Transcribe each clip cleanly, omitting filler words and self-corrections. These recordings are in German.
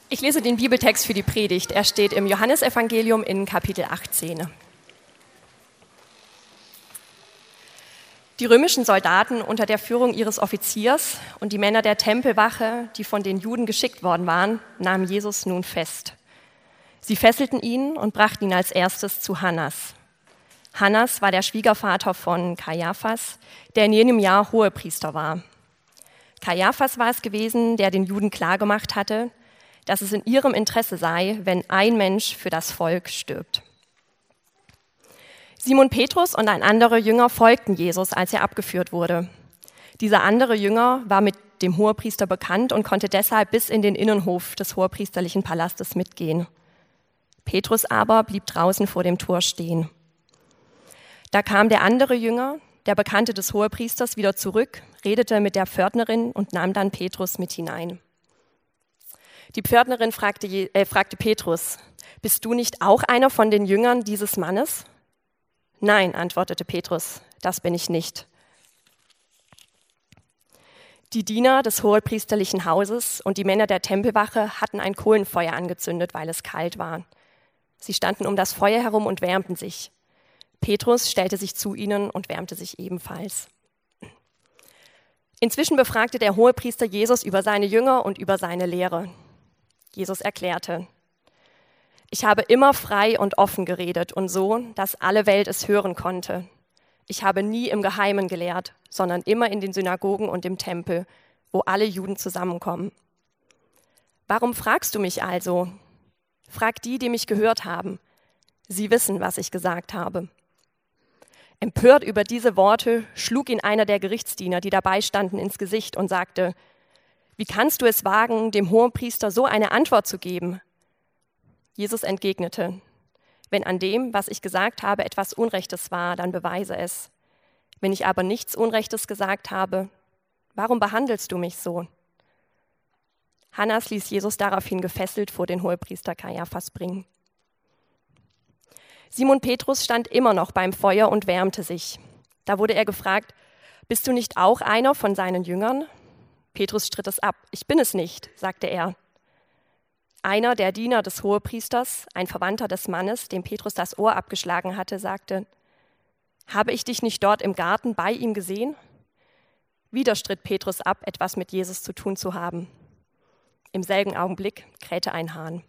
Ich lese den Bibeltext für die Predigt. Er steht im Johannesevangelium in Kapitel 18. Die römischen Soldaten unter der Führung ihres Offiziers und die Männer der Tempelwache, die von den Juden geschickt worden waren, nahmen Jesus nun fest. Sie fesselten ihn und brachten ihn als erstes zu Hannas. Hannas war der Schwiegervater von Kaiaphas, der in jenem Jahr Hohepriester war. Kaiaphas war es gewesen, der den Juden klargemacht hatte, dass es in ihrem Interesse sei, wenn ein Mensch für das Volk stirbt. Simon Petrus und ein anderer Jünger folgten Jesus, als er abgeführt wurde. Dieser andere Jünger war mit dem Hohepriester bekannt und konnte deshalb bis in den Innenhof des hohepriesterlichen Palastes mitgehen. Petrus aber blieb draußen vor dem Tor stehen. Da kam der andere Jünger, der Bekannte des Hohepriesters, wieder zurück, redete mit der Pförtnerin und nahm dann Petrus mit hinein. Die Pförtnerin fragte Petrus: Bist du nicht auch einer von den Jüngern dieses Mannes? Nein, antwortete Petrus, das bin ich nicht. Die Diener des hohepriesterlichen Hauses und die Männer der Tempelwache hatten ein Kohlenfeuer angezündet, weil es kalt war. Sie standen um das Feuer herum und wärmten sich. Petrus stellte sich zu ihnen und wärmte sich ebenfalls. Inzwischen befragte der Hohepriester Jesus über seine Jünger und über seine Lehre. Jesus erklärte: Ich habe immer frei und offen geredet und so, dass alle Welt es hören konnte. Ich habe nie im Geheimen gelehrt, sondern immer in den Synagogen und im Tempel, wo alle Juden zusammenkommen. Warum fragst du mich also? Frag die, die mich gehört haben. Sie wissen, was ich gesagt habe. Empört über diese Worte schlug ihn einer der Gerichtsdiener, die dabei standen, ins Gesicht und sagte: Wie kannst du es wagen, dem Hohepriester so eine Antwort zu geben? Jesus entgegnete: Wenn an dem, was ich gesagt habe, etwas Unrechtes war, dann beweise es. Wenn ich aber nichts Unrechtes gesagt habe, warum behandelst du mich so? Hannas ließ Jesus daraufhin gefesselt vor den Hohepriester Kaiaphas bringen. Simon Petrus stand immer noch beim Feuer und wärmte sich. Da wurde er gefragt: Bist du nicht auch einer von seinen Jüngern? Petrus stritt es ab. Ich bin es nicht, sagte er. Einer der Diener des Hohepriesters, ein Verwandter des Mannes, dem Petrus das Ohr abgeschlagen hatte, sagte: Habe ich dich nicht dort im Garten bei ihm gesehen? Wieder stritt Petrus ab, etwas mit Jesus zu tun zu haben. Im selben Augenblick krähte ein Hahn.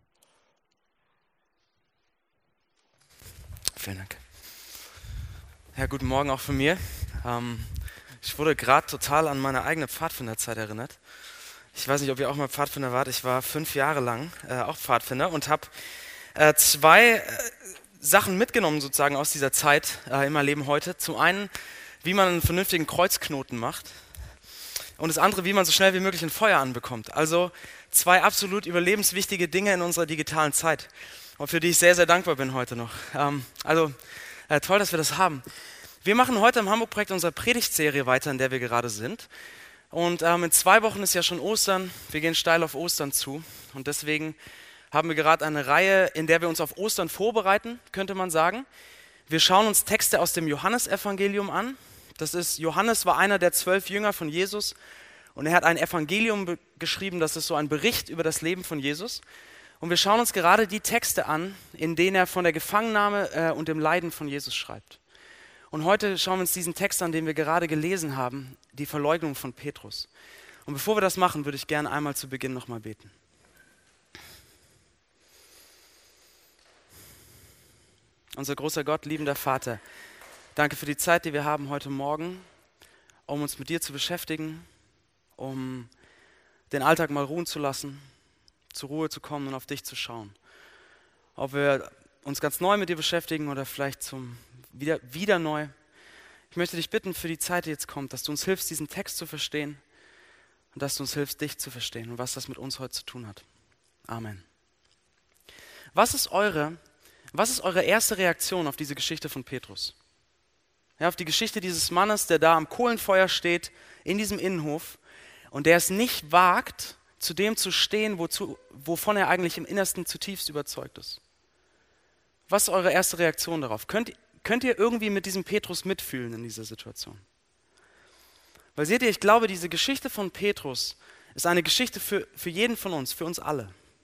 Vielen Dank. Ja, guten Morgen auch von mir. Ich wurde gerade total an meine eigene Pfadfinderzeit erinnert. Ich weiß nicht, ob ihr auch mal Pfadfinder wart. Ich war 5 Jahre lang auch Pfadfinder und habe 2 Sachen mitgenommen sozusagen aus dieser Zeit in meinem Leben heute. Zum einen, wie man einen vernünftigen Kreuzknoten macht und das andere, wie man so schnell wie möglich ein Feuer anbekommt. Also 2 absolut überlebenswichtige Dinge in unserer digitalen Zeit und für die ich sehr, sehr dankbar bin heute noch. Toll, dass wir das haben. Wir machen heute im Hamburg-Projekt unsere Predigtserie weiter, in der wir gerade sind. Und in 2 Wochen ist ja schon Ostern. Wir gehen steil auf Ostern zu. Und deswegen haben wir gerade eine Reihe, in der wir uns auf Ostern vorbereiten, könnte man sagen. Wir schauen uns Texte aus dem Johannesevangelium an. Johannes war einer der 12 Jünger von Jesus. Und er hat ein Evangelium geschrieben, das ist so ein Bericht über das Leben von Jesus. Und wir schauen uns gerade die Texte an, in denen er von der Gefangennahme und dem Leiden von Jesus schreibt. Und heute schauen wir uns diesen Text an, den wir gerade gelesen haben, die Verleugnung von Petrus. Und bevor wir das machen, würde ich gerne einmal zu Beginn nochmal beten. Unser großer Gott, liebender Vater, danke für die Zeit, die wir haben heute Morgen, um uns mit dir zu beschäftigen, um den Alltag mal ruhen zu lassen, zur Ruhe zu kommen und auf dich zu schauen. Ob wir uns ganz neu mit dir beschäftigen oder vielleicht wieder neu. Ich möchte dich bitten für die Zeit, die jetzt kommt, dass du uns hilfst, diesen Text zu verstehen und dass du uns hilfst, dich zu verstehen und was das mit uns heute zu tun hat. Amen. Was ist eure erste Reaktion auf diese Geschichte von Petrus? Ja, auf die Geschichte dieses Mannes, der da am Kohlenfeuer steht, in diesem Innenhof und der es nicht wagt, zu dem zu stehen, wovon er eigentlich im Innersten zutiefst überzeugt ist. Was ist eure erste Reaktion darauf? Könnt ihr irgendwie mit diesem Petrus mitfühlen in dieser Situation? Weil seht ihr, ich glaube, diese Geschichte von Petrus ist eine Geschichte für jeden von uns, für uns alle.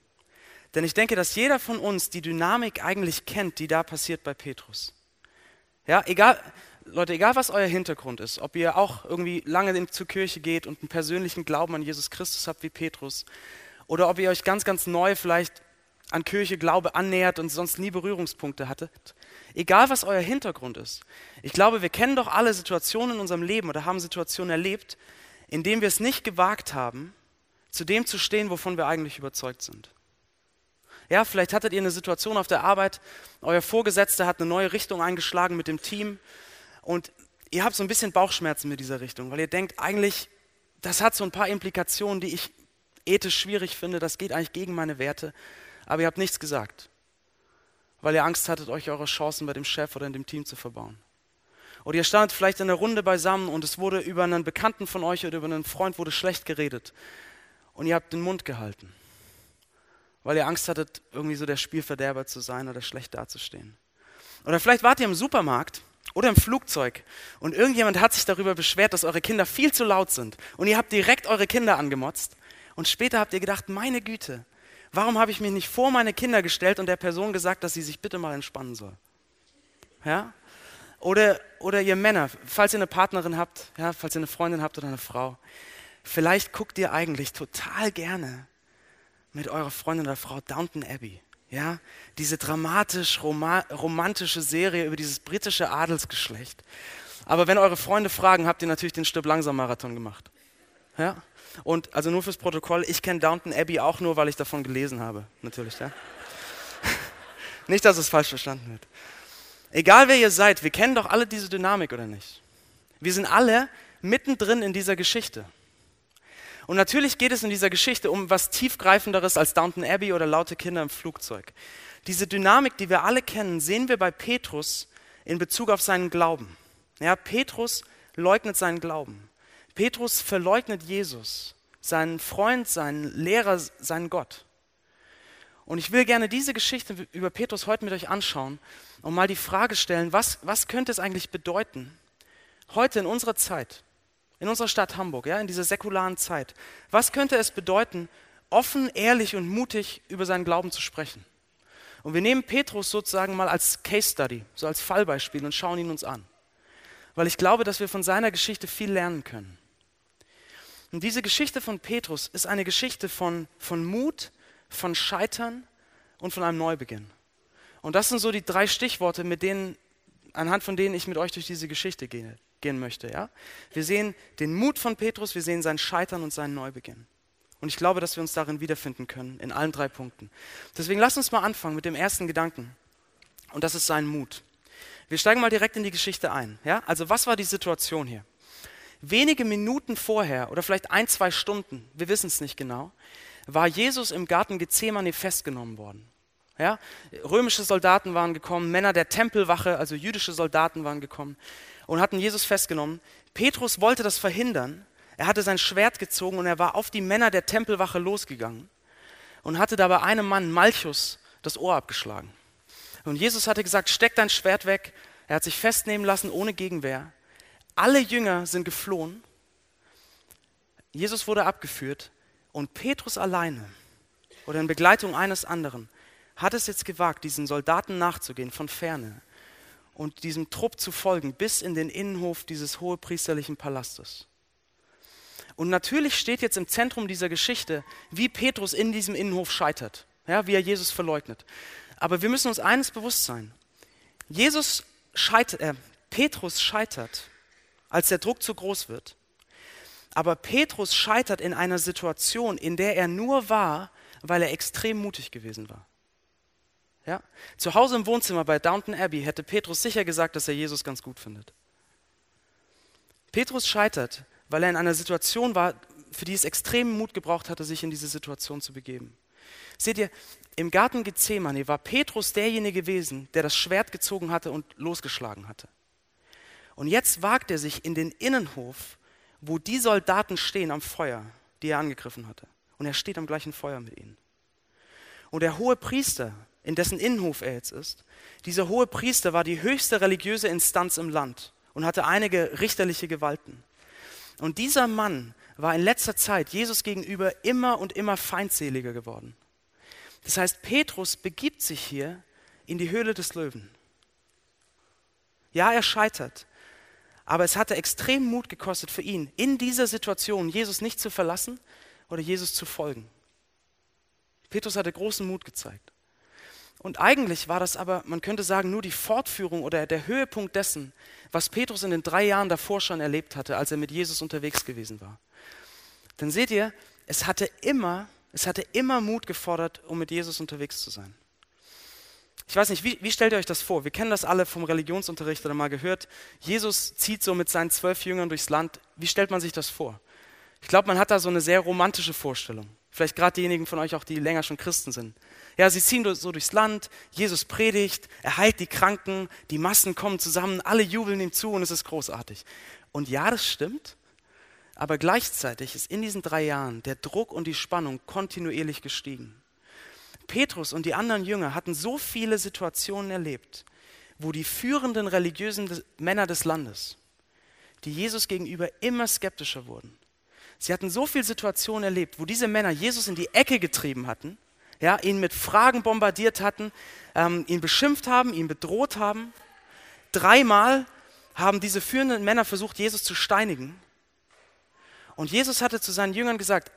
Denn ich denke, dass jeder von uns die Dynamik eigentlich kennt, die da passiert bei Petrus. Ja, Leute, egal was euer Hintergrund ist, ob ihr auch irgendwie lange zur Kirche geht und einen persönlichen Glauben an Jesus Christus habt wie Petrus, oder ob ihr euch ganz, ganz neu vielleicht an Kirche, Glaube annähert und sonst nie Berührungspunkte hattet. Egal was euer Hintergrund ist. Ich glaube, wir kennen doch alle Situationen in unserem Leben oder haben Situationen erlebt, in denen wir es nicht gewagt haben, zu dem zu stehen, wovon wir eigentlich überzeugt sind. Ja, vielleicht hattet ihr eine Situation auf der Arbeit, euer Vorgesetzter hat eine neue Richtung eingeschlagen mit dem Team und ihr habt so ein bisschen Bauchschmerzen mit dieser Richtung, weil ihr denkt, eigentlich, das hat so ein paar Implikationen, die ich ethisch schwierig finde, das geht eigentlich gegen meine Werte, aber ihr habt nichts gesagt, weil ihr Angst hattet, euch eure Chancen bei dem Chef oder in dem Team zu verbauen. Oder ihr standet vielleicht in der Runde beisammen und es wurde über einen Bekannten von euch oder über einen Freund wurde schlecht geredet und ihr habt den Mund gehalten, weil ihr Angst hattet, irgendwie so der Spielverderber zu sein oder schlecht dazustehen. Oder vielleicht wart ihr im Supermarkt oder im Flugzeug und irgendjemand hat sich darüber beschwert, dass eure Kinder viel zu laut sind und ihr habt direkt eure Kinder angemotzt und später habt ihr gedacht, meine Güte, warum habe ich mich nicht vor meine Kinder gestellt und der Person gesagt, dass sie sich bitte mal entspannen soll? Ja? Oder ihr Männer, falls ihr eine Partnerin habt, ja, falls ihr eine Freundin habt oder eine Frau, vielleicht guckt ihr eigentlich total gerne mit eurer Freundin oder Frau Downton Abbey. Ja? Diese dramatisch-romantische Serie über dieses britische Adelsgeschlecht. Aber wenn eure Freunde fragen, habt ihr natürlich den Stirb-langsam-Marathon gemacht. Ja? Und also nur fürs Protokoll, ich kenne Downton Abbey auch nur, weil ich davon gelesen habe. Natürlich, ja. Nicht, dass es falsch verstanden wird. Egal wer ihr seid, wir kennen doch alle diese Dynamik, oder nicht? Wir sind alle mittendrin in dieser Geschichte. Und natürlich geht es in dieser Geschichte um was Tiefgreifenderes als Downton Abbey oder laute Kinder im Flugzeug. Diese Dynamik, die wir alle kennen, sehen wir bei Petrus in Bezug auf seinen Glauben. Ja, Petrus leugnet seinen Glauben. Petrus verleugnet Jesus, seinen Freund, seinen Lehrer, seinen Gott. Und ich will gerne diese Geschichte über Petrus heute mit euch anschauen und mal die Frage stellen, was könnte es eigentlich bedeuten, heute in unserer Zeit, in unserer Stadt Hamburg, ja, in dieser säkularen Zeit, was könnte es bedeuten, offen, ehrlich und mutig über seinen Glauben zu sprechen? Und wir nehmen Petrus sozusagen mal als Case Study, so als Fallbeispiel und schauen ihn uns an. Weil ich glaube, dass wir von seiner Geschichte viel lernen können. Und diese Geschichte von Petrus ist eine Geschichte von Mut, von Scheitern und von einem Neubeginn. Und das sind so die 3 Stichworte, anhand von denen ich mit euch durch diese Geschichte gehen möchte. Ja? Wir sehen den Mut von Petrus, wir sehen sein Scheitern und seinen Neubeginn. Und ich glaube, dass wir uns darin wiederfinden können, in allen 3 Punkten. Deswegen lasst uns mal anfangen mit dem ersten Gedanken. Und das ist sein Mut. Wir steigen mal direkt in die Geschichte ein. Ja? Also was war die Situation hier? Wenige Minuten vorher oder vielleicht 1-2 Stunden, wir wissen es nicht genau, war Jesus im Garten Gethsemane festgenommen worden. Ja? Römische Soldaten waren gekommen, Männer der Tempelwache, also jüdische Soldaten waren gekommen und hatten Jesus festgenommen. Petrus wollte das verhindern. Er hatte sein Schwert gezogen und er war auf die Männer der Tempelwache losgegangen und hatte dabei einem Mann, Malchus, das Ohr abgeschlagen. Und Jesus hatte gesagt, steck dein Schwert weg. Er hat sich festnehmen lassen ohne Gegenwehr. Alle Jünger sind geflohen. Jesus wurde abgeführt und Petrus alleine oder in Begleitung eines anderen hat es jetzt gewagt, diesen Soldaten nachzugehen von ferne und diesem Trupp zu folgen bis in den Innenhof dieses hohepriesterlichen Palastes. Und natürlich steht jetzt im Zentrum dieser Geschichte, wie Petrus in diesem Innenhof scheitert, ja, wie er Jesus verleugnet. Aber wir müssen uns eines bewusst sein. Petrus scheitert, als der Druck zu groß wird. Aber Petrus scheitert in einer Situation, in der er nur war, weil er extrem mutig gewesen war. Ja? Zu Hause im Wohnzimmer bei Downton Abbey hätte Petrus sicher gesagt, dass er Jesus ganz gut findet. Petrus scheitert, weil er in einer Situation war, für die es extremen Mut gebraucht hatte, sich in diese Situation zu begeben. Seht ihr, im Garten Gethsemane war Petrus derjenige gewesen, der das Schwert gezogen hatte und losgeschlagen hatte. Und jetzt wagt er sich in den Innenhof, wo die Soldaten stehen am Feuer, die er angegriffen hatte. Und er steht am gleichen Feuer mit ihnen. Und der hohe Priester, in dessen Innenhof er jetzt ist, dieser hohe Priester war die höchste religiöse Instanz im Land und hatte einige richterliche Gewalten. Und dieser Mann war in letzter Zeit Jesus gegenüber immer und immer feindseliger geworden. Das heißt, Petrus begibt sich hier in die Höhle des Löwen. Ja, er scheitert, aber es hatte extrem Mut gekostet für ihn, in dieser Situation Jesus nicht zu verlassen oder Jesus zu folgen. Petrus hatte großen Mut gezeigt. Und eigentlich war das aber, man könnte sagen, nur die Fortführung oder der Höhepunkt dessen, was Petrus in den 3 Jahren davor schon erlebt hatte, als er mit Jesus unterwegs gewesen war. Dann seht ihr, es hatte immer Mut gefordert, um mit Jesus unterwegs zu sein. Ich weiß nicht, wie stellt ihr euch das vor? Wir kennen das alle vom Religionsunterricht oder mal gehört. Jesus zieht so mit seinen 12 Jüngern durchs Land. Wie stellt man sich das vor? Ich glaube, man hat da so eine sehr romantische Vorstellung. Vielleicht gerade diejenigen von euch auch, die länger schon Christen sind. Ja, sie ziehen so durchs Land, Jesus predigt, er heilt die Kranken, die Massen kommen zusammen, alle jubeln ihm zu und es ist großartig. Und ja, das stimmt, aber gleichzeitig ist in diesen 3 Jahren der Druck und die Spannung kontinuierlich gestiegen. Petrus und die anderen Jünger hatten so viele Situationen erlebt, wo die führenden religiösen Männer des Landes, die Jesus gegenüber immer skeptischer wurden. Sie hatten so viele Situationen erlebt, wo diese Männer Jesus in die Ecke getrieben hatten, ja, ihn mit Fragen bombardiert hatten, ihn beschimpft haben, ihn bedroht haben. 3-mal haben diese führenden Männer versucht, Jesus zu steinigen. Und Jesus hatte zu seinen Jüngern gesagt,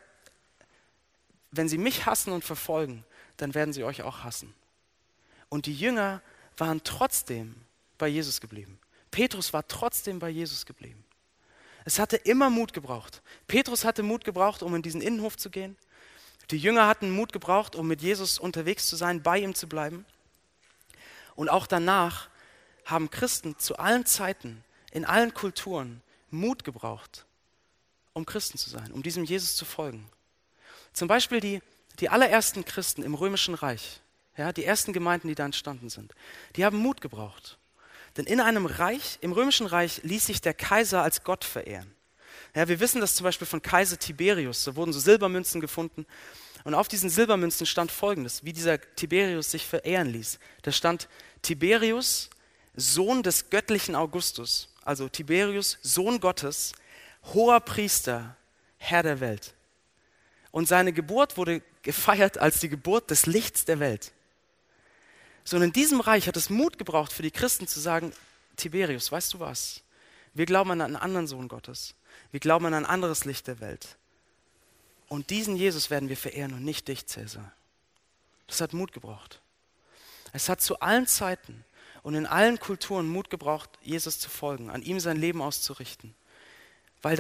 wenn sie mich hassen und verfolgen, dann werden sie euch auch hassen. Und die Jünger waren trotzdem bei Jesus geblieben. Petrus war trotzdem bei Jesus geblieben. Es hatte immer Mut gebraucht. Petrus hatte Mut gebraucht, um in diesen Innenhof zu gehen. Die Jünger hatten Mut gebraucht, um mit Jesus unterwegs zu sein, bei ihm zu bleiben. Und auch danach haben Christen zu allen Zeiten, in allen Kulturen Mut gebraucht, um Christen zu sein, um diesem Jesus zu folgen. Zum Beispiel die allerersten Christen im Römischen Reich, ja, die ersten Gemeinden, die da entstanden sind, die haben Mut gebraucht. Denn in einem Reich, im Römischen Reich, ließ sich der Kaiser als Gott verehren. Ja, wir wissen das zum Beispiel von Kaiser Tiberius, da wurden so Silbermünzen gefunden und auf diesen Silbermünzen stand Folgendes, wie dieser Tiberius sich verehren ließ. Da stand Tiberius, Sohn des göttlichen Augustus, also Tiberius, Sohn Gottes, hoher Priester, Herr der Welt. Und seine Geburt wurde gefeiert als die Geburt des Lichts der Welt. So, und in diesem Reich hat es Mut gebraucht für die Christen zu sagen, Tiberius, weißt du was? Wir glauben an einen anderen Sohn Gottes. Wir glauben an ein anderes Licht der Welt. Und diesen Jesus werden wir verehren und nicht dich, Cäsar. Das hat Mut gebraucht. Es hat zu allen Zeiten und in allen Kulturen Mut gebraucht, Jesus zu folgen, an ihm sein Leben auszurichten. Weil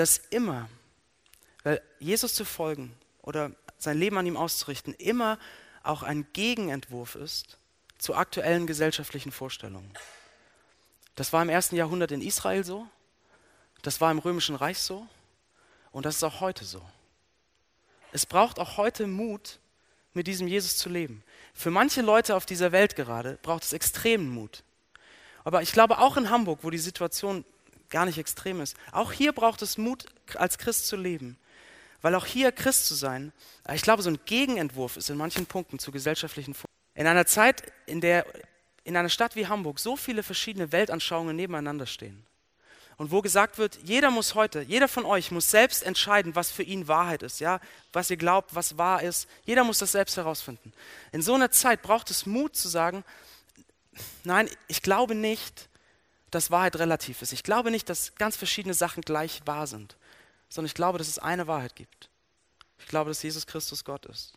Jesus zu folgen oder sein Leben an ihm auszurichten, immer auch ein Gegenentwurf ist zu aktuellen gesellschaftlichen Vorstellungen. Das war im 1. Jahrhundert in Israel so, das war im Römischen Reich so und das ist auch heute so. Es braucht auch heute Mut, mit diesem Jesus zu leben. Für manche Leute auf dieser Welt gerade braucht es extremen Mut. Aber ich glaube auch in Hamburg, wo die Situation gar nicht extrem ist, auch hier braucht es Mut, als Christ zu leben. Weil auch hier Christ zu sein, ich glaube, so ein Gegenentwurf ist in manchen Punkten zu gesellschaftlichen Vorstellungen. In einer Zeit, in der in einer Stadt wie Hamburg so viele verschiedene Weltanschauungen nebeneinander stehen und wo gesagt wird, jeder von euch muss selbst entscheiden, was für ihn Wahrheit ist, ja? Was ihr glaubt, was wahr ist. Jeder muss das selbst herausfinden. In so einer Zeit braucht es Mut zu sagen, nein, ich glaube nicht, dass Wahrheit relativ ist. Ich glaube nicht, dass ganz verschiedene Sachen gleich wahr sind, sondern ich glaube, dass es eine Wahrheit gibt. Ich glaube, dass Jesus Christus Gott ist.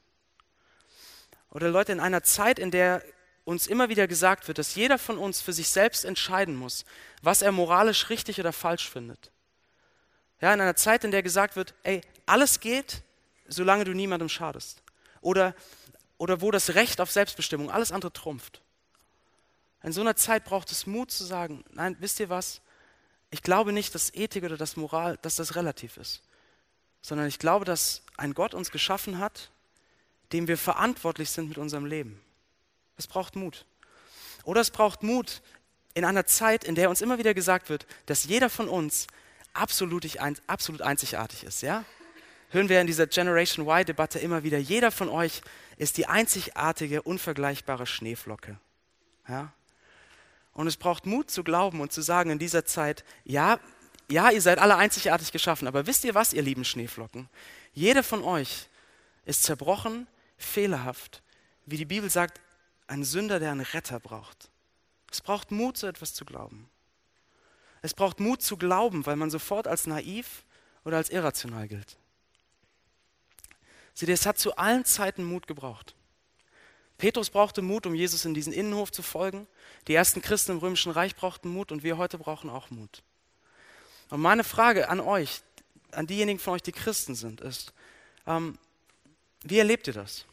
Oder Leute, in einer Zeit, in der uns immer wieder gesagt wird, dass jeder von uns für sich selbst entscheiden muss, was er moralisch richtig oder falsch findet. Ja, in einer Zeit, in der gesagt wird, ey, alles geht, solange du niemandem schadest. Oder wo das Recht auf Selbstbestimmung alles andere trumpft. In so einer Zeit braucht es Mut zu sagen, nein, wisst ihr was? Ich glaube nicht, dass Ethik oder dass Moral, dass das relativ ist. Sondern ich glaube, dass ein Gott uns geschaffen hat, dem wir verantwortlich sind mit unserem Leben. Es braucht Mut. Oder es braucht Mut in einer Zeit, in der uns immer wieder gesagt wird, dass jeder von uns absolut einzigartig ist. Ja? Hören wir in dieser Generation Y-Debatte immer wieder, jeder von euch ist die einzigartige, unvergleichbare Schneeflocke. Ja? Und es braucht Mut zu glauben und zu sagen in dieser Zeit, ja, ihr seid alle einzigartig geschaffen, aber wisst ihr was, ihr lieben Schneeflocken? Jeder von euch ist zerbrochen, fehlerhaft, wie die Bibel sagt, ein Sünder, der einen Retter braucht. Es braucht Mut, so etwas zu glauben. Es braucht Mut zu glauben, weil man sofort als naiv oder als irrational gilt. Seht ihr, es hat zu allen Zeiten Mut gebraucht. Petrus brauchte Mut, um Jesus in diesen Innenhof zu folgen. Die ersten Christen im Römischen Reich brauchten Mut und wir heute brauchen auch Mut. Und meine Frage an euch, an diejenigen von euch, die Christen sind, ist, wie erlebt ihr das?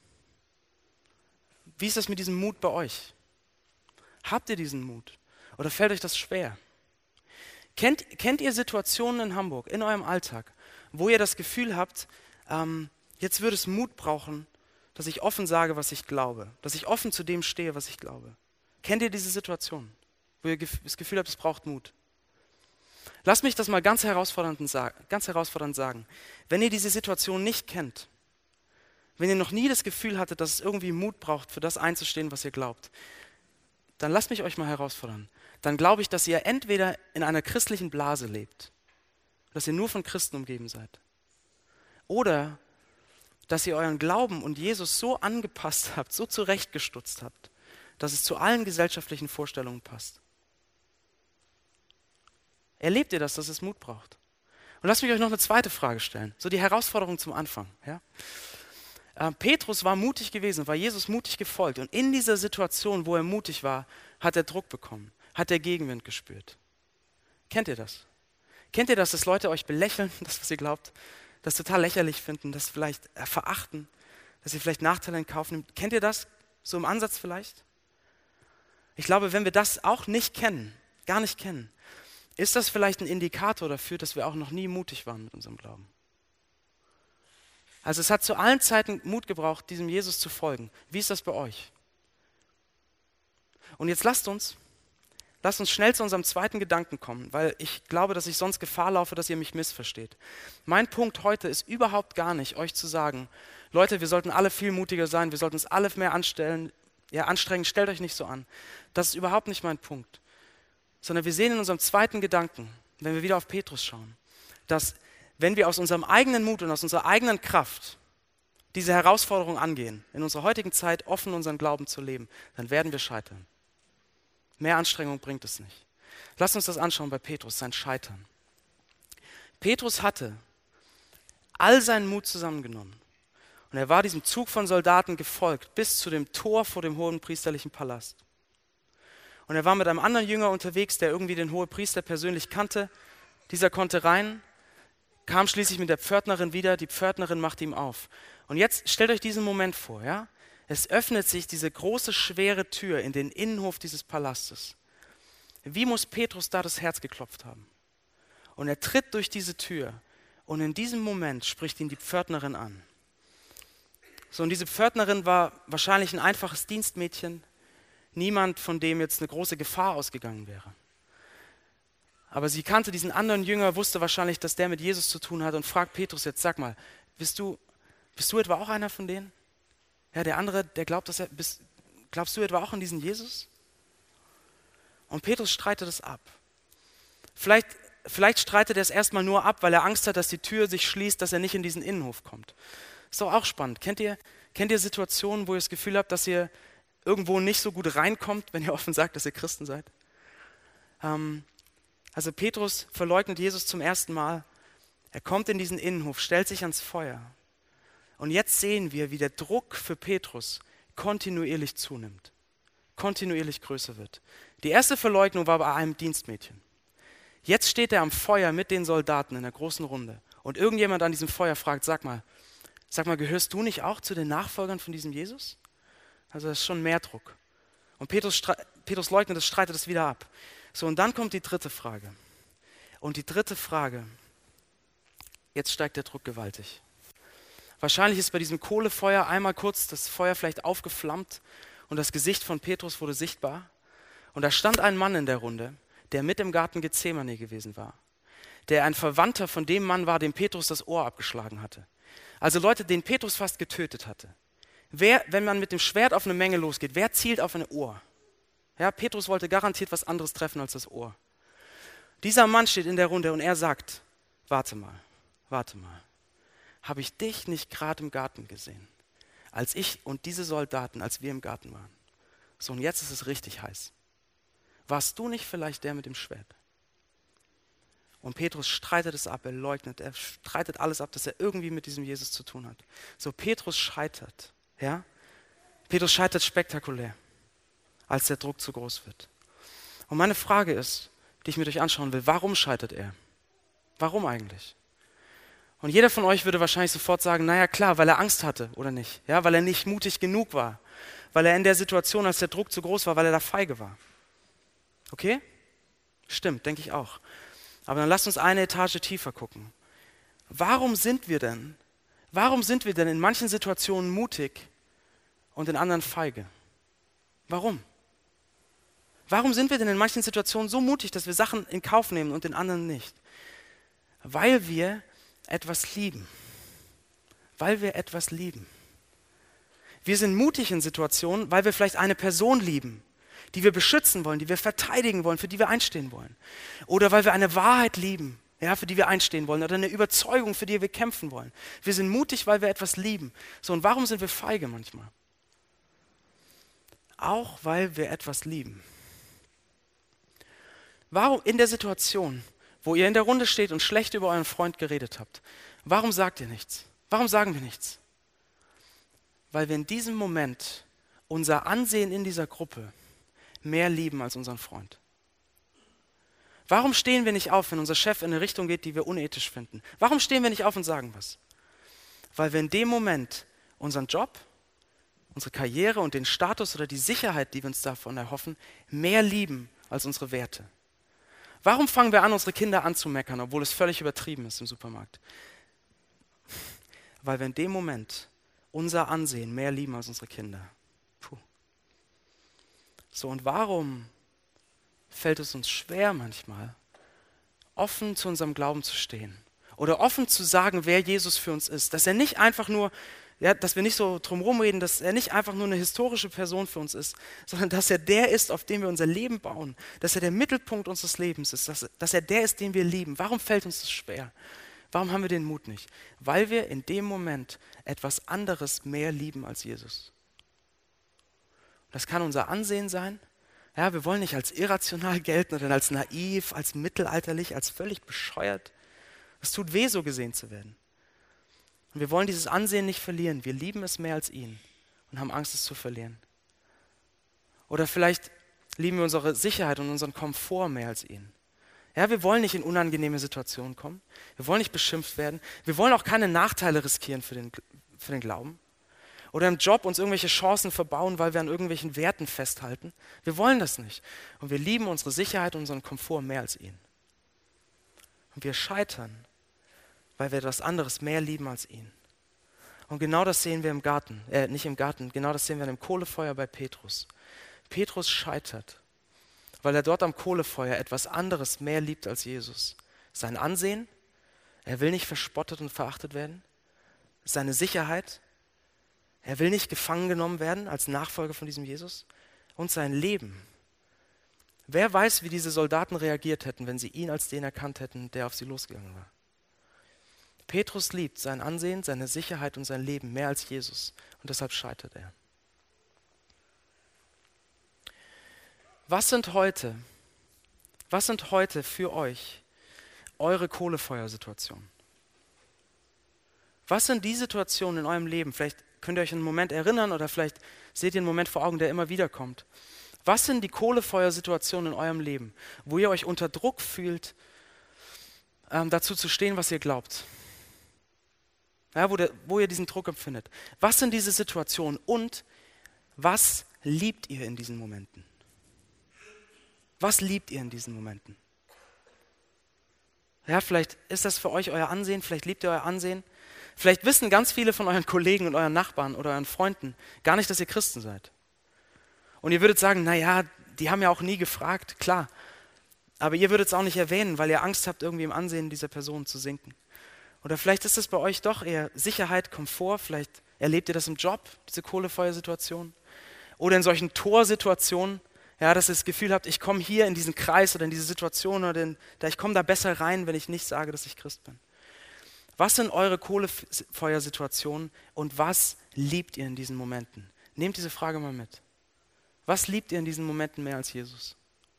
Wie ist das mit diesem Mut bei euch? Habt ihr diesen Mut? Oder fällt euch das schwer? Kennt ihr Situationen in Hamburg, in eurem Alltag, wo ihr das Gefühl habt, jetzt würde es Mut brauchen, dass ich offen sage, was ich glaube, dass ich offen zu dem stehe, was ich glaube? Kennt ihr diese Situation, wo ihr das Gefühl habt, es braucht Mut? Lasst mich das mal ganz herausfordernd sagen. Wenn ihr diese Situation nicht kennt, wenn ihr noch nie das Gefühl hattet, dass es irgendwie Mut braucht, für das einzustehen, was ihr glaubt, dann lasst mich euch mal herausfordern. Dann glaube ich, dass ihr entweder in einer christlichen Blase lebt, dass ihr nur von Christen umgeben seid, oder dass ihr euren Glauben und Jesus so angepasst habt, so zurechtgestutzt habt, dass es zu allen gesellschaftlichen Vorstellungen passt. Erlebt ihr das, dass es Mut braucht? Und lasst mich euch noch eine zweite Frage stellen, so die Herausforderung zum Anfang. Ja? Petrus war mutig gewesen, war Jesus mutig gefolgt und in dieser Situation, wo er mutig war, hat er Druck bekommen, hat er Gegenwind gespürt. Kennt ihr das? Kennt ihr das, dass Leute euch belächeln, das, was ihr glaubt, das total lächerlich finden, das vielleicht verachten, dass ihr vielleicht Nachteile in Kauf nimmt? Kennt ihr das, so im Ansatz vielleicht? Ich glaube, wenn wir das auch nicht kennen, gar nicht kennen, ist das vielleicht ein Indikator dafür, dass wir auch noch nie mutig waren mit unserem Glauben. Also es hat zu allen Zeiten Mut gebraucht, diesem Jesus zu folgen. Wie ist das bei euch? Und jetzt lasst uns schnell zu unserem zweiten Gedanken kommen, weil ich glaube, dass ich sonst Gefahr laufe, dass ihr mich missversteht. Mein Punkt heute ist überhaupt gar nicht, euch zu sagen, Leute, wir sollten alle viel mutiger sein, wir sollten uns alle mehr anstrengen, stellt euch nicht so an. Das ist überhaupt nicht mein Punkt. Sondern wir sehen in unserem zweiten Gedanken, wenn wir wieder auf Petrus schauen, dass wenn wir aus unserem eigenen Mut und aus unserer eigenen Kraft diese Herausforderung angehen, in unserer heutigen Zeit offen unseren Glauben zu leben, dann werden wir scheitern. Mehr Anstrengung bringt es nicht. Lasst uns das anschauen bei Petrus, sein Scheitern. Petrus hatte all seinen Mut zusammengenommen und er war diesem Zug von Soldaten gefolgt bis zu dem Tor vor dem hohenpriesterlichen Palast. Und er war mit einem anderen Jünger unterwegs, der irgendwie den Hohepriester persönlich kannte. Dieser konnte rein, kam schließlich mit der Pförtnerin wieder, die Pförtnerin machte ihm auf. Und jetzt stellt euch diesen Moment vor, ja? Es öffnet sich diese große, schwere Tür in den Innenhof dieses Palastes. Wie muss Petrus da das Herz geklopft haben? Und er tritt durch diese Tür und in diesem Moment spricht ihn die Pförtnerin an. So, und diese Pförtnerin war wahrscheinlich ein einfaches Dienstmädchen, niemand, von dem jetzt eine große Gefahr ausgegangen wäre. Aber sie kannte diesen anderen Jünger, wusste wahrscheinlich, dass der mit Jesus zu tun hat und fragt Petrus jetzt, sag mal, bist du etwa auch einer von denen? Ja, der andere, der glaubt, glaubst du etwa auch an diesen Jesus? Und Petrus streitet es ab. Vielleicht streitet er es erstmal nur ab, weil er Angst hat, dass die Tür sich schließt, dass er nicht in diesen Innenhof kommt. Ist doch auch spannend. Kennt ihr Situationen, wo ihr das Gefühl habt, dass ihr irgendwo nicht so gut reinkommt, wenn ihr offen sagt, dass ihr Christen seid? Also Petrus verleugnet Jesus zum ersten Mal. Er kommt in diesen Innenhof, stellt sich ans Feuer. Und jetzt sehen wir, wie der Druck für Petrus kontinuierlich zunimmt, kontinuierlich größer wird. Die erste Verleugnung war bei einem Dienstmädchen. Jetzt steht er am Feuer mit den Soldaten in der großen Runde. Und irgendjemand an diesem Feuer fragt, sag mal, gehörst du nicht auch zu den Nachfolgern von diesem Jesus? Also das ist schon mehr Druck. Und Petrus leugnet es, streitet es wieder ab. So, und dann kommt die dritte Frage. Und die dritte Frage, jetzt steigt der Druck gewaltig. Wahrscheinlich ist bei diesem Kohlefeuer einmal kurz das Feuer vielleicht aufgeflammt und das Gesicht von Petrus wurde sichtbar. Und da stand ein Mann in der Runde, der mit im Garten Gethsemane gewesen war, der ein Verwandter von dem Mann war, dem Petrus das Ohr abgeschlagen hatte. Also Leute, den Petrus fast getötet hatte. Wenn man mit dem Schwert auf eine Menge losgeht, wer zielt auf ein Ohr? Ja, Petrus wollte garantiert was anderes treffen als das Ohr. Dieser Mann steht in der Runde und er sagt, warte mal, habe ich dich nicht gerade im Garten gesehen, als ich und diese Soldaten, als wir im Garten waren. So, und jetzt ist es richtig heiß. Warst du nicht vielleicht der mit dem Schwert? Und Petrus streitet es ab, er leugnet, er streitet alles ab, dass er irgendwie mit diesem Jesus zu tun hat. So, Petrus scheitert, ja? Petrus scheitert spektakulär, als der Druck zu groß wird. Und meine Frage ist, die ich mit euch anschauen will, warum scheitert er? Warum eigentlich? Und jeder von euch würde wahrscheinlich sofort sagen, naja klar, weil er Angst hatte, oder nicht? Ja, weil er nicht mutig genug war. Weil er in der Situation, als der Druck zu groß war, weil er da feige war. Okay? Stimmt, denke ich auch. Aber dann lasst uns eine Etage tiefer gucken. Warum sind wir denn in manchen Situationen mutig und in anderen feige? Warum? Warum sind wir denn in manchen Situationen so mutig, dass wir Sachen in Kauf nehmen und in anderen nicht? Weil wir etwas lieben. Weil wir etwas lieben. Wir sind mutig in Situationen, weil wir vielleicht eine Person lieben, die wir beschützen wollen, die wir verteidigen wollen, für die wir einstehen wollen. Oder weil wir eine Wahrheit lieben, ja, für die wir einstehen wollen, oder eine Überzeugung, für die wir kämpfen wollen. Wir sind mutig, weil wir etwas lieben. So, und warum sind wir feige manchmal? Auch weil wir etwas lieben. Warum in der Situation, wo ihr in der Runde steht und schlecht über euren Freund geredet habt, warum sagt ihr nichts? Warum sagen wir nichts? Weil wir in diesem Moment unser Ansehen in dieser Gruppe mehr lieben als unseren Freund. Warum stehen wir nicht auf, wenn unser Chef in eine Richtung geht, die wir unethisch finden? Warum stehen wir nicht auf und sagen was? Weil wir in dem Moment unseren Job, unsere Karriere und den Status oder die Sicherheit, die wir uns davon erhoffen, mehr lieben als unsere Werte. Warum fangen wir an, unsere Kinder anzumeckern, obwohl es völlig übertrieben ist im Supermarkt? Weil wir in dem Moment unser Ansehen mehr lieben als unsere Kinder. Puh. So, und warum fällt es uns schwer manchmal, offen zu unserem Glauben zu stehen oder offen zu sagen, wer Jesus für uns ist? Dass er nicht einfach nur, ja, dass wir nicht so drumherum reden, dass er nicht einfach nur eine historische Person für uns ist, sondern dass er der ist, auf dem wir unser Leben bauen, dass er der Mittelpunkt unseres Lebens ist, dass er der ist, den wir lieben. Warum fällt uns das schwer? Warum haben wir den Mut nicht? Weil wir in dem Moment etwas anderes mehr lieben als Jesus. Das kann unser Ansehen sein. Ja, wir wollen nicht als irrational gelten oder als naiv, als mittelalterlich, als völlig bescheuert. Es tut weh, so gesehen zu werden. Und wir wollen dieses Ansehen nicht verlieren. Wir lieben es mehr als ihn und haben Angst, es zu verlieren. Oder vielleicht lieben wir unsere Sicherheit und unseren Komfort mehr als ihn. Ja, wir wollen nicht in unangenehme Situationen kommen. Wir wollen nicht beschimpft werden. Wir wollen auch keine Nachteile riskieren für den Glauben. Oder im Job uns irgendwelche Chancen verbauen, weil wir an irgendwelchen Werten festhalten. Wir wollen das nicht. Und wir lieben unsere Sicherheit und unseren Komfort mehr als ihn. Und wir scheitern, weil wir etwas anderes mehr lieben als ihn. Und genau das sehen wir im Garten, nicht im Garten, genau das sehen wir im Kohlefeuer bei Petrus. Petrus scheitert, weil er dort am Kohlefeuer etwas anderes mehr liebt als Jesus. Sein Ansehen, er will nicht verspottet und verachtet werden. Seine Sicherheit, er will nicht gefangen genommen werden als Nachfolger von diesem Jesus. Und sein Leben. Wer weiß, wie diese Soldaten reagiert hätten, wenn sie ihn als den erkannt hätten, der auf sie losgegangen war. Petrus liebt sein Ansehen, seine Sicherheit und sein Leben mehr als Jesus. Und deshalb scheitert er. Was sind heute für euch eure Kohlefeuersituationen? Was sind die Situationen in eurem Leben? Vielleicht könnt ihr euch einen Moment erinnern oder vielleicht seht ihr einen Moment vor Augen, der immer wieder kommt. Was sind die Kohlefeuersituationen in eurem Leben, wo ihr euch unter Druck fühlt, dazu zu stehen, was ihr glaubt? Ja, wo ihr diesen Druck empfindet. Was sind diese Situationen und was liebt ihr in diesen Momenten? Was liebt ihr in diesen Momenten? Ja, vielleicht ist das für euch euer Ansehen, vielleicht liebt ihr euer Ansehen. Vielleicht wissen ganz viele von euren Kollegen und euren Nachbarn oder euren Freunden gar nicht, dass ihr Christen seid. Und ihr würdet sagen, naja, die haben ja auch nie gefragt, klar. Aber ihr würdet es auch nicht erwähnen, weil ihr Angst habt, irgendwie im Ansehen dieser Person zu sinken. Oder vielleicht ist es bei euch doch eher Sicherheit, Komfort, vielleicht erlebt ihr das im Job, diese Kohlefeuersituation. Oder in solchen Torsituationen, ja, dass ihr das Gefühl habt, ich komme hier in diesen Kreis oder in diese Situation oder ich komme da besser rein, wenn ich nicht sage, dass ich Christ bin. Was sind eure Kohlefeuersituationen und was liebt ihr in diesen Momenten? Nehmt diese Frage mal mit. Was liebt ihr in diesen Momenten mehr als Jesus?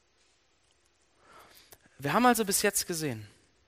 Wir haben also bis jetzt gesehen,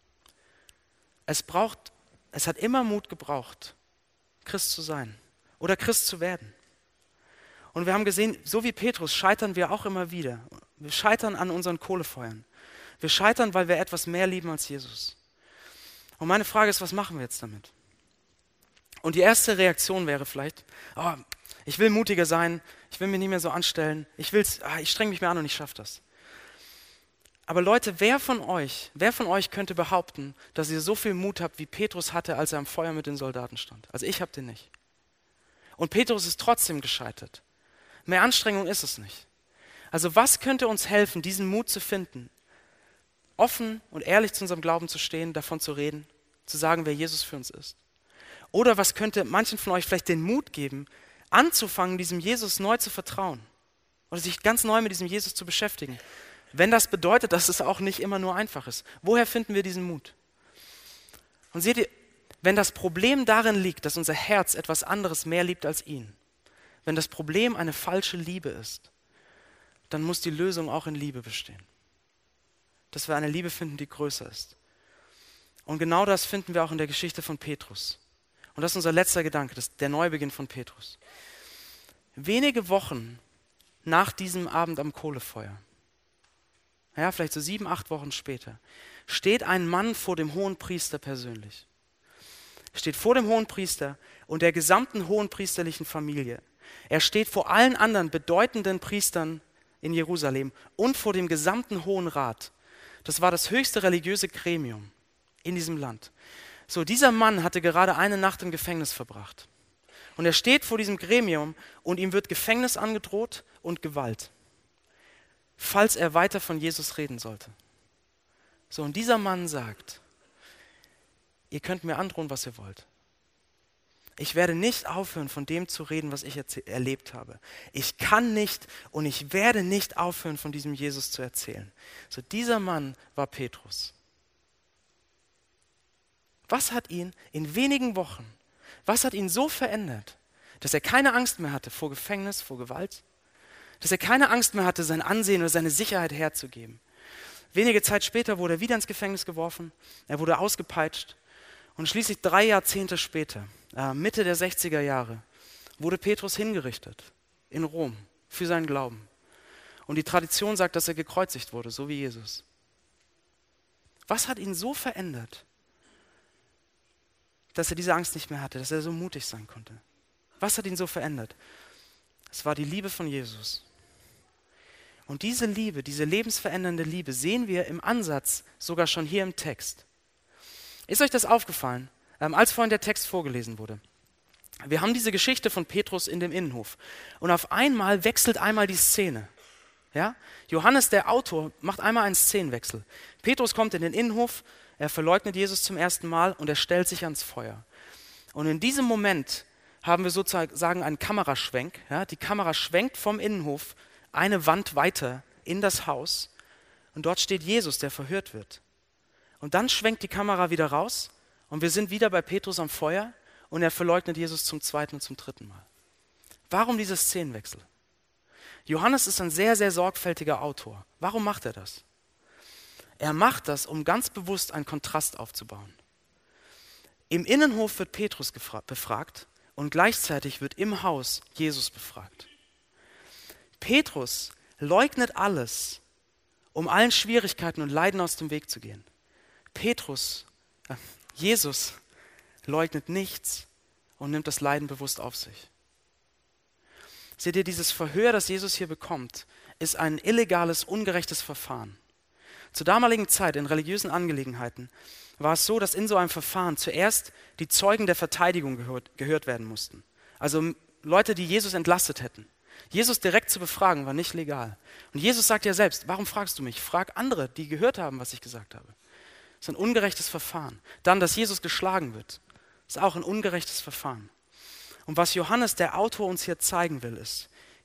es hat immer Mut gebraucht, Christ zu sein oder Christ zu werden. Und wir haben gesehen, so wie Petrus scheitern wir auch immer wieder. Wir scheitern an unseren Kohlefeuern. Wir scheitern, weil wir etwas mehr lieben als Jesus. Und meine Frage ist, was machen wir jetzt damit? Und die erste Reaktion wäre vielleicht, ich will mutiger sein, ich will mich nicht mehr so anstellen, ich strenge mich mehr an und ich schaffe das. Aber Leute, wer von euch könnte behaupten, dass ihr so viel Mut habt, wie Petrus hatte, als er am Feuer mit den Soldaten stand? Also ich habe den nicht. Und Petrus ist trotzdem gescheitert. Mehr Anstrengung ist es nicht. Also was könnte uns helfen, diesen Mut zu finden? Offen und ehrlich zu unserem Glauben zu stehen, davon zu reden, zu sagen, wer Jesus für uns ist. Oder was könnte manchen von euch vielleicht den Mut geben, anzufangen, diesem Jesus neu zu vertrauen oder sich ganz neu mit diesem Jesus zu beschäftigen, wenn das bedeutet, dass es auch nicht immer nur einfach ist. Woher finden wir diesen Mut? Und seht ihr, wenn das Problem darin liegt, dass unser Herz etwas anderes mehr liebt als ihn, wenn das Problem eine falsche Liebe ist, dann muss die Lösung auch in Liebe bestehen. Dass wir eine Liebe finden, die größer ist. Und genau das finden wir auch in der Geschichte von Petrus. Und das ist unser letzter Gedanke, der Neubeginn von Petrus. Wenige Wochen nach diesem Abend am Kohlefeuer, ja, vielleicht so 7, 8 Wochen später, steht ein Mann vor dem Hohenpriester persönlich. Steht vor dem Hohenpriester und der gesamten hohenpriesterlichen Familie. Er steht vor allen anderen bedeutenden Priestern in Jerusalem und vor dem gesamten Hohen Rat. Das war das höchste religiöse Gremium in diesem Land. So, dieser Mann hatte gerade eine Nacht im Gefängnis verbracht. Und er steht vor diesem Gremium und ihm wird Gefängnis angedroht und Gewalt, falls er weiter von Jesus reden sollte. So, und dieser Mann sagt, ihr könnt mir androhen, was ihr wollt. Ich werde nicht aufhören, von dem zu reden, was ich erlebt habe. Ich kann nicht und ich werde nicht aufhören, von diesem Jesus zu erzählen. So, dieser Mann war Petrus. Was hat ihn in wenigen Wochen, was hat ihn so verändert, dass er keine Angst mehr hatte vor Gefängnis, vor Gewalt? Dass er keine Angst mehr hatte, sein Ansehen oder seine Sicherheit herzugeben. Wenige Zeit später wurde er wieder ins Gefängnis geworfen, er wurde ausgepeitscht und schließlich 3 Jahrzehnte später, Mitte der 60er Jahre, wurde Petrus hingerichtet in Rom für seinen Glauben. Und die Tradition sagt, dass er gekreuzigt wurde, so wie Jesus. Was hat ihn so verändert, dass er diese Angst nicht mehr hatte, dass er so mutig sein konnte? Was hat ihn so verändert? Es war die Liebe von Jesus. Und diese Liebe, diese lebensverändernde Liebe, sehen wir im Ansatz sogar schon hier im Text. Ist euch das aufgefallen, als vorhin der Text vorgelesen wurde? Wir haben diese Geschichte von Petrus in dem Innenhof. Und auf einmal wechselt einmal die Szene. Ja? Johannes, der Autor, macht einmal einen Szenenwechsel. Petrus kommt in den Innenhof, er verleugnet Jesus zum ersten Mal und er stellt sich ans Feuer. Und in diesem Moment haben wir sozusagen einen Kameraschwenk. Ja? Die Kamera schwenkt vom Innenhof eine Wand weiter in das Haus und dort steht Jesus, der verhört wird. Und dann schwenkt die Kamera wieder raus und wir sind wieder bei Petrus am Feuer und er verleugnet Jesus zum 2. und zum 3. Mal. Warum dieser Szenenwechsel? Johannes ist ein sehr, sehr sorgfältiger Autor. Warum macht er das? Er macht das, um ganz bewusst einen Kontrast aufzubauen. Im Innenhof wird Petrus befragt und gleichzeitig wird im Haus Jesus befragt. Petrus leugnet alles, um allen Schwierigkeiten und Leiden aus dem Weg zu gehen. Jesus leugnet nichts und nimmt das Leiden bewusst auf sich. Seht ihr, dieses Verhör, das Jesus hier bekommt, ist ein illegales, ungerechtes Verfahren. Zur damaligen Zeit in religiösen Angelegenheiten war es so, dass in so einem Verfahren zuerst die Zeugen der Verteidigung gehört werden mussten. Also Leute, die Jesus entlastet hätten. Jesus direkt zu befragen, war nicht legal. Und Jesus sagt ja selbst, warum fragst du mich? Frag andere, die gehört haben, was ich gesagt habe. Das ist ein ungerechtes Verfahren. Dann, dass Jesus geschlagen wird, ist auch ein ungerechtes Verfahren. Und was Johannes, der Autor, uns hier zeigen will, ist,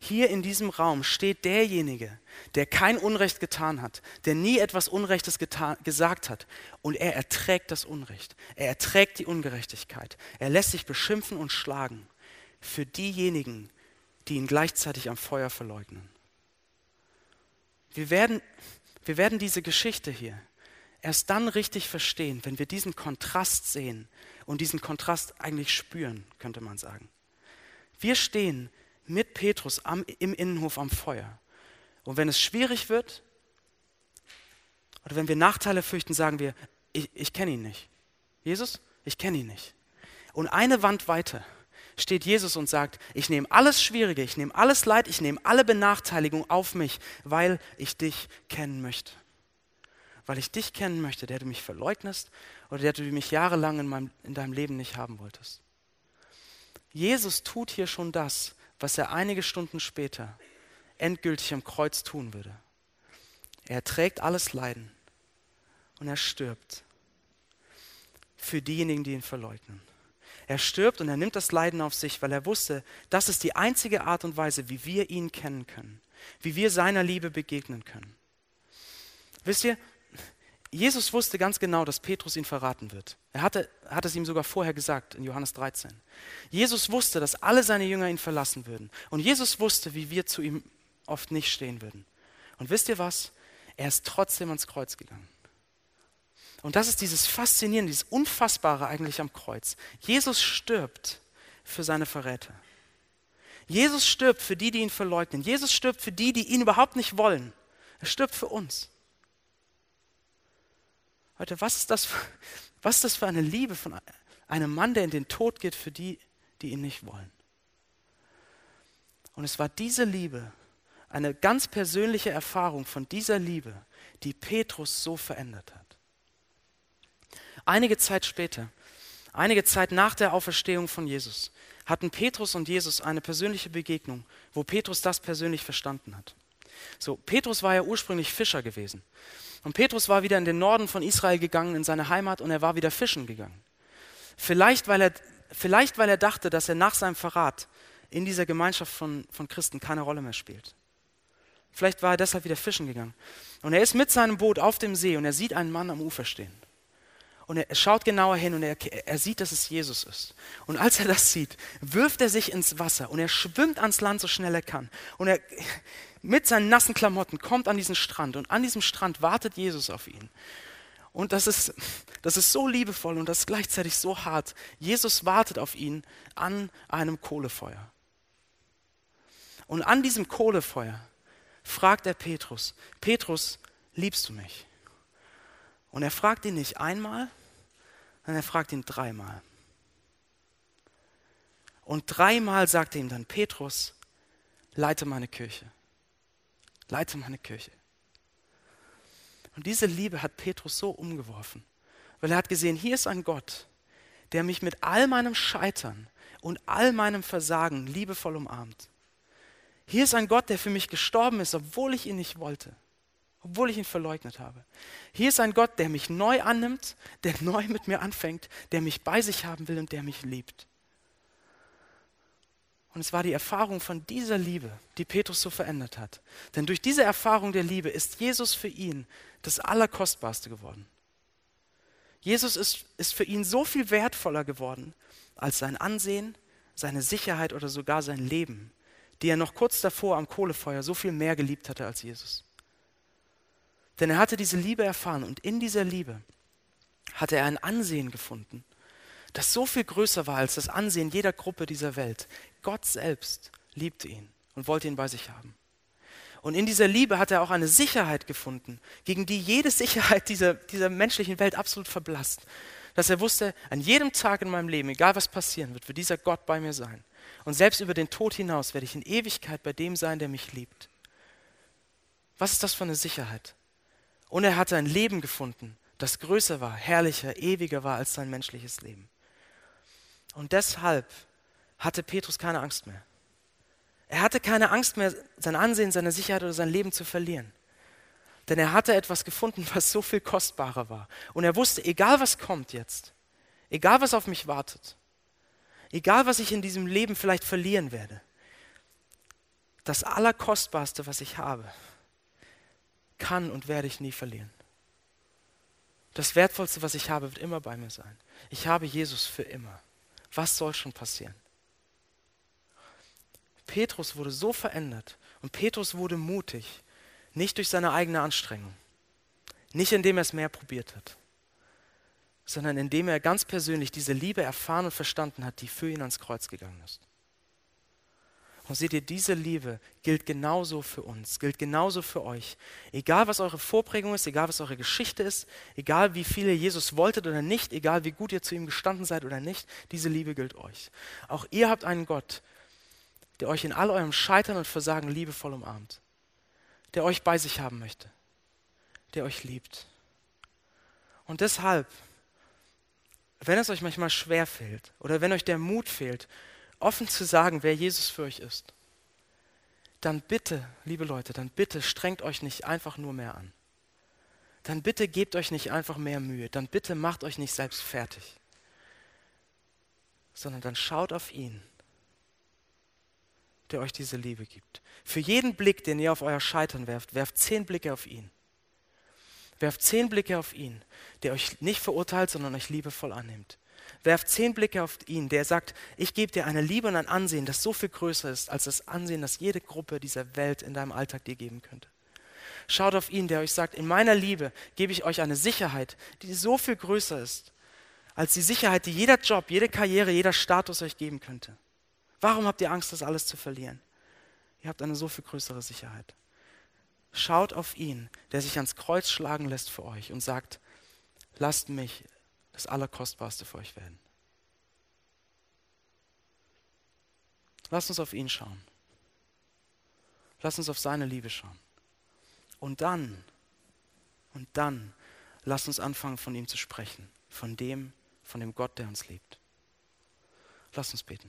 hier in diesem Raum steht derjenige, der kein Unrecht getan hat, der nie etwas Unrechtes gesagt hat. Und er erträgt das Unrecht. Er erträgt die Ungerechtigkeit. Er lässt sich beschimpfen und schlagen für diejenigen, die ihn gleichzeitig am Feuer verleugnen. Wir werden diese Geschichte hier erst dann richtig verstehen, wenn wir diesen Kontrast sehen und diesen Kontrast eigentlich spüren, könnte man sagen. Wir stehen mit Petrus im Innenhof am Feuer. Und wenn es schwierig wird oder wenn wir Nachteile fürchten, sagen wir, ich kenne ihn nicht. Jesus, ich kenne ihn nicht. Und eine Wand weiter steht Jesus und sagt, ich nehme alles Schwierige, ich nehme alles Leid, ich nehme alle Benachteiligung auf mich, weil ich dich kennen möchte. Weil ich dich kennen möchte, der du mich verleugnest oder der du mich jahrelang in deinem Leben nicht haben wolltest. Jesus tut hier schon das, was er einige Stunden später endgültig am Kreuz tun würde. Er trägt alles Leiden und er stirbt für diejenigen, die ihn verleugnen. Er stirbt und er nimmt das Leiden auf sich, weil er wusste, das ist die einzige Art und Weise, wie wir ihn kennen können, wie wir seiner Liebe begegnen können. Wisst ihr, Jesus wusste ganz genau, dass Petrus ihn verraten wird. Er hat es ihm sogar vorher gesagt in Johannes 13. Jesus wusste, dass alle seine Jünger ihn verlassen würden. Und Jesus wusste, wie wir zu ihm oft nicht stehen würden. Und wisst ihr was? Er ist trotzdem ans Kreuz gegangen. Und das ist dieses Faszinierende, dieses Unfassbare eigentlich am Kreuz. Jesus stirbt für seine Verräter. Jesus stirbt für die ihn verleugnen. Jesus stirbt für die ihn überhaupt nicht wollen. Er stirbt für uns. Leute, was ist das für eine Liebe von einem Mann, der in den Tod geht für die ihn nicht wollen? Und es war diese Liebe, eine ganz persönliche Erfahrung von dieser Liebe, die Petrus so verändert hat. Einige Zeit später, einige Zeit nach der Auferstehung von Jesus, hatten Petrus und Jesus eine persönliche Begegnung, wo Petrus das persönlich verstanden hat. So, Petrus war ja ursprünglich Fischer gewesen. Und Petrus war wieder in den Norden von Israel gegangen, in seine Heimat, und er war wieder fischen gegangen. Vielleicht, weil er dachte, dass er nach seinem Verrat in dieser Gemeinschaft von Christen keine Rolle mehr spielt. Vielleicht war er deshalb wieder fischen gegangen. Und er ist mit seinem Boot auf dem See und er sieht einen Mann am Ufer stehen. Und er schaut genauer hin und er sieht, dass es Jesus ist. Und als er das sieht, wirft er sich ins Wasser und er schwimmt ans Land, so schnell er kann. Und er mit seinen nassen Klamotten kommt an diesen Strand und an diesem Strand wartet Jesus auf ihn. Und das ist so liebevoll und das ist gleichzeitig so hart. Jesus wartet auf ihn an einem Kohlefeuer. Und an diesem Kohlefeuer fragt er Petrus, Petrus, liebst du mich? Und er fragt ihn nicht einmal, sondern er fragt ihn dreimal. Und dreimal sagt er ihm dann, Petrus, leite meine Kirche. Leite meine Kirche. Und diese Liebe hat Petrus so umgeworfen, weil er hat gesehen, hier ist ein Gott, der mich mit all meinem Scheitern und all meinem Versagen liebevoll umarmt. Hier ist ein Gott, der für mich gestorben ist, obwohl ich ihn nicht wollte. Obwohl ich ihn verleugnet habe. Hier ist ein Gott, der mich neu annimmt, der neu mit mir anfängt, der mich bei sich haben will und der mich liebt. Und es war die Erfahrung von dieser Liebe, die Petrus so verändert hat. Denn durch diese Erfahrung der Liebe ist Jesus für ihn das Allerkostbarste geworden. Jesus ist für ihn so viel wertvoller geworden als sein Ansehen, seine Sicherheit oder sogar sein Leben, die er noch kurz davor am Kohlefeuer so viel mehr geliebt hatte als Jesus. Denn er hatte diese Liebe erfahren und in dieser Liebe hatte er ein Ansehen gefunden, das so viel größer war als das Ansehen jeder Gruppe dieser Welt. Gott selbst liebte ihn und wollte ihn bei sich haben. Und in dieser Liebe hat er auch eine Sicherheit gefunden, gegen die jede Sicherheit dieser menschlichen Welt absolut verblasst. Dass er wusste, an jedem Tag in meinem Leben, egal was passieren wird, wird dieser Gott bei mir sein. Und selbst über den Tod hinaus werde ich in Ewigkeit bei dem sein, der mich liebt. Was ist das für eine Sicherheit? Und er hatte ein Leben gefunden, das größer war, herrlicher, ewiger war als sein menschliches Leben. Und deshalb hatte Petrus keine Angst mehr. Er hatte keine Angst mehr, sein Ansehen, seine Sicherheit oder sein Leben zu verlieren. Denn er hatte etwas gefunden, was so viel kostbarer war. Und er wusste, egal was kommt jetzt, egal was auf mich wartet, egal was ich in diesem Leben vielleicht verlieren werde, das Allerkostbarste, was ich habe, kann und werde ich nie verlieren. Das Wertvollste, was ich habe, wird immer bei mir sein. Ich habe Jesus für immer. Was soll schon passieren? Petrus wurde so verändert und Petrus wurde mutig, nicht durch seine eigene Anstrengung, nicht indem er es mehr probiert hat, sondern indem er ganz persönlich diese Liebe erfahren und verstanden hat, die für ihn ans Kreuz gegangen ist. Und seht ihr, diese Liebe gilt genauso für uns, gilt genauso für euch. Egal, was eure Vorprägung ist, egal, was eure Geschichte ist, egal, wie viel ihr Jesus wolltet oder nicht, egal, wie gut ihr zu ihm gestanden seid oder nicht, diese Liebe gilt euch. Auch ihr habt einen Gott, der euch in all eurem Scheitern und Versagen liebevoll umarmt, der euch bei sich haben möchte, der euch liebt. Und deshalb, wenn es euch manchmal schwer fällt oder wenn euch der Mut fehlt, offen zu sagen, wer Jesus für euch ist, dann bitte, liebe Leute, dann bitte strengt euch nicht einfach nur mehr an. Dann bitte gebt euch nicht einfach mehr Mühe, dann bitte macht euch nicht selbst fertig, sondern dann schaut auf ihn, der euch diese Liebe gibt. Für jeden Blick, den ihr auf euer Scheitern werft, werft 10 Blicke auf ihn. Werft 10 Blicke auf ihn, der euch nicht verurteilt, sondern euch liebevoll annimmt. Werft 10 Blicke auf ihn, der sagt, ich gebe dir eine Liebe und ein Ansehen, das so viel größer ist, als das Ansehen, das jede Gruppe dieser Welt in deinem Alltag dir geben könnte. Schaut auf ihn, der euch sagt, in meiner Liebe gebe ich euch eine Sicherheit, die so viel größer ist, als die Sicherheit, die jeder Job, jede Karriere, jeder Status euch geben könnte. Warum habt ihr Angst, das alles zu verlieren? Ihr habt eine so viel größere Sicherheit. Schaut auf ihn, der sich ans Kreuz schlagen lässt für euch und sagt, lasst mich das Allerkostbarste für euch werden. Lasst uns auf ihn schauen. Lasst uns auf seine Liebe schauen. Und dann, lasst uns anfangen, von ihm zu sprechen. Von dem Gott, der uns liebt. Lasst uns beten.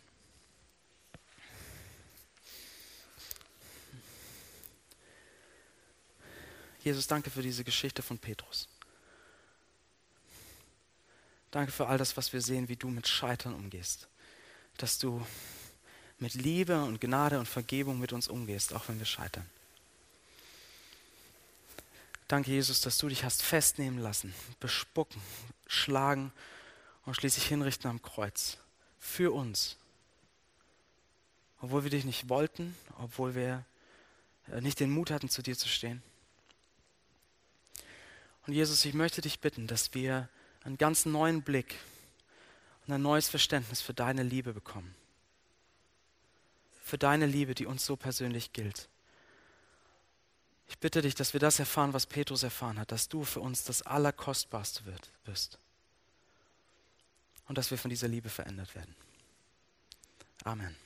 Jesus, danke für diese Geschichte von Petrus. Danke für all das, was wir sehen, wie du mit Scheitern umgehst. Dass du mit Liebe und Gnade und Vergebung mit uns umgehst, auch wenn wir scheitern. Danke, Jesus, dass du dich hast festnehmen lassen, bespucken, schlagen und schließlich hinrichten am Kreuz. Für uns. Obwohl wir dich nicht wollten, obwohl wir nicht den Mut hatten, zu dir zu stehen. Und Jesus, ich möchte dich bitten, dass wir einen ganz neuen Blick und ein neues Verständnis für deine Liebe bekommen. Für deine Liebe, die uns so persönlich gilt. Ich bitte dich, dass wir das erfahren, was Petrus erfahren hat, dass du für uns das Allerkostbarste bist. Und dass wir von dieser Liebe verändert werden. Amen.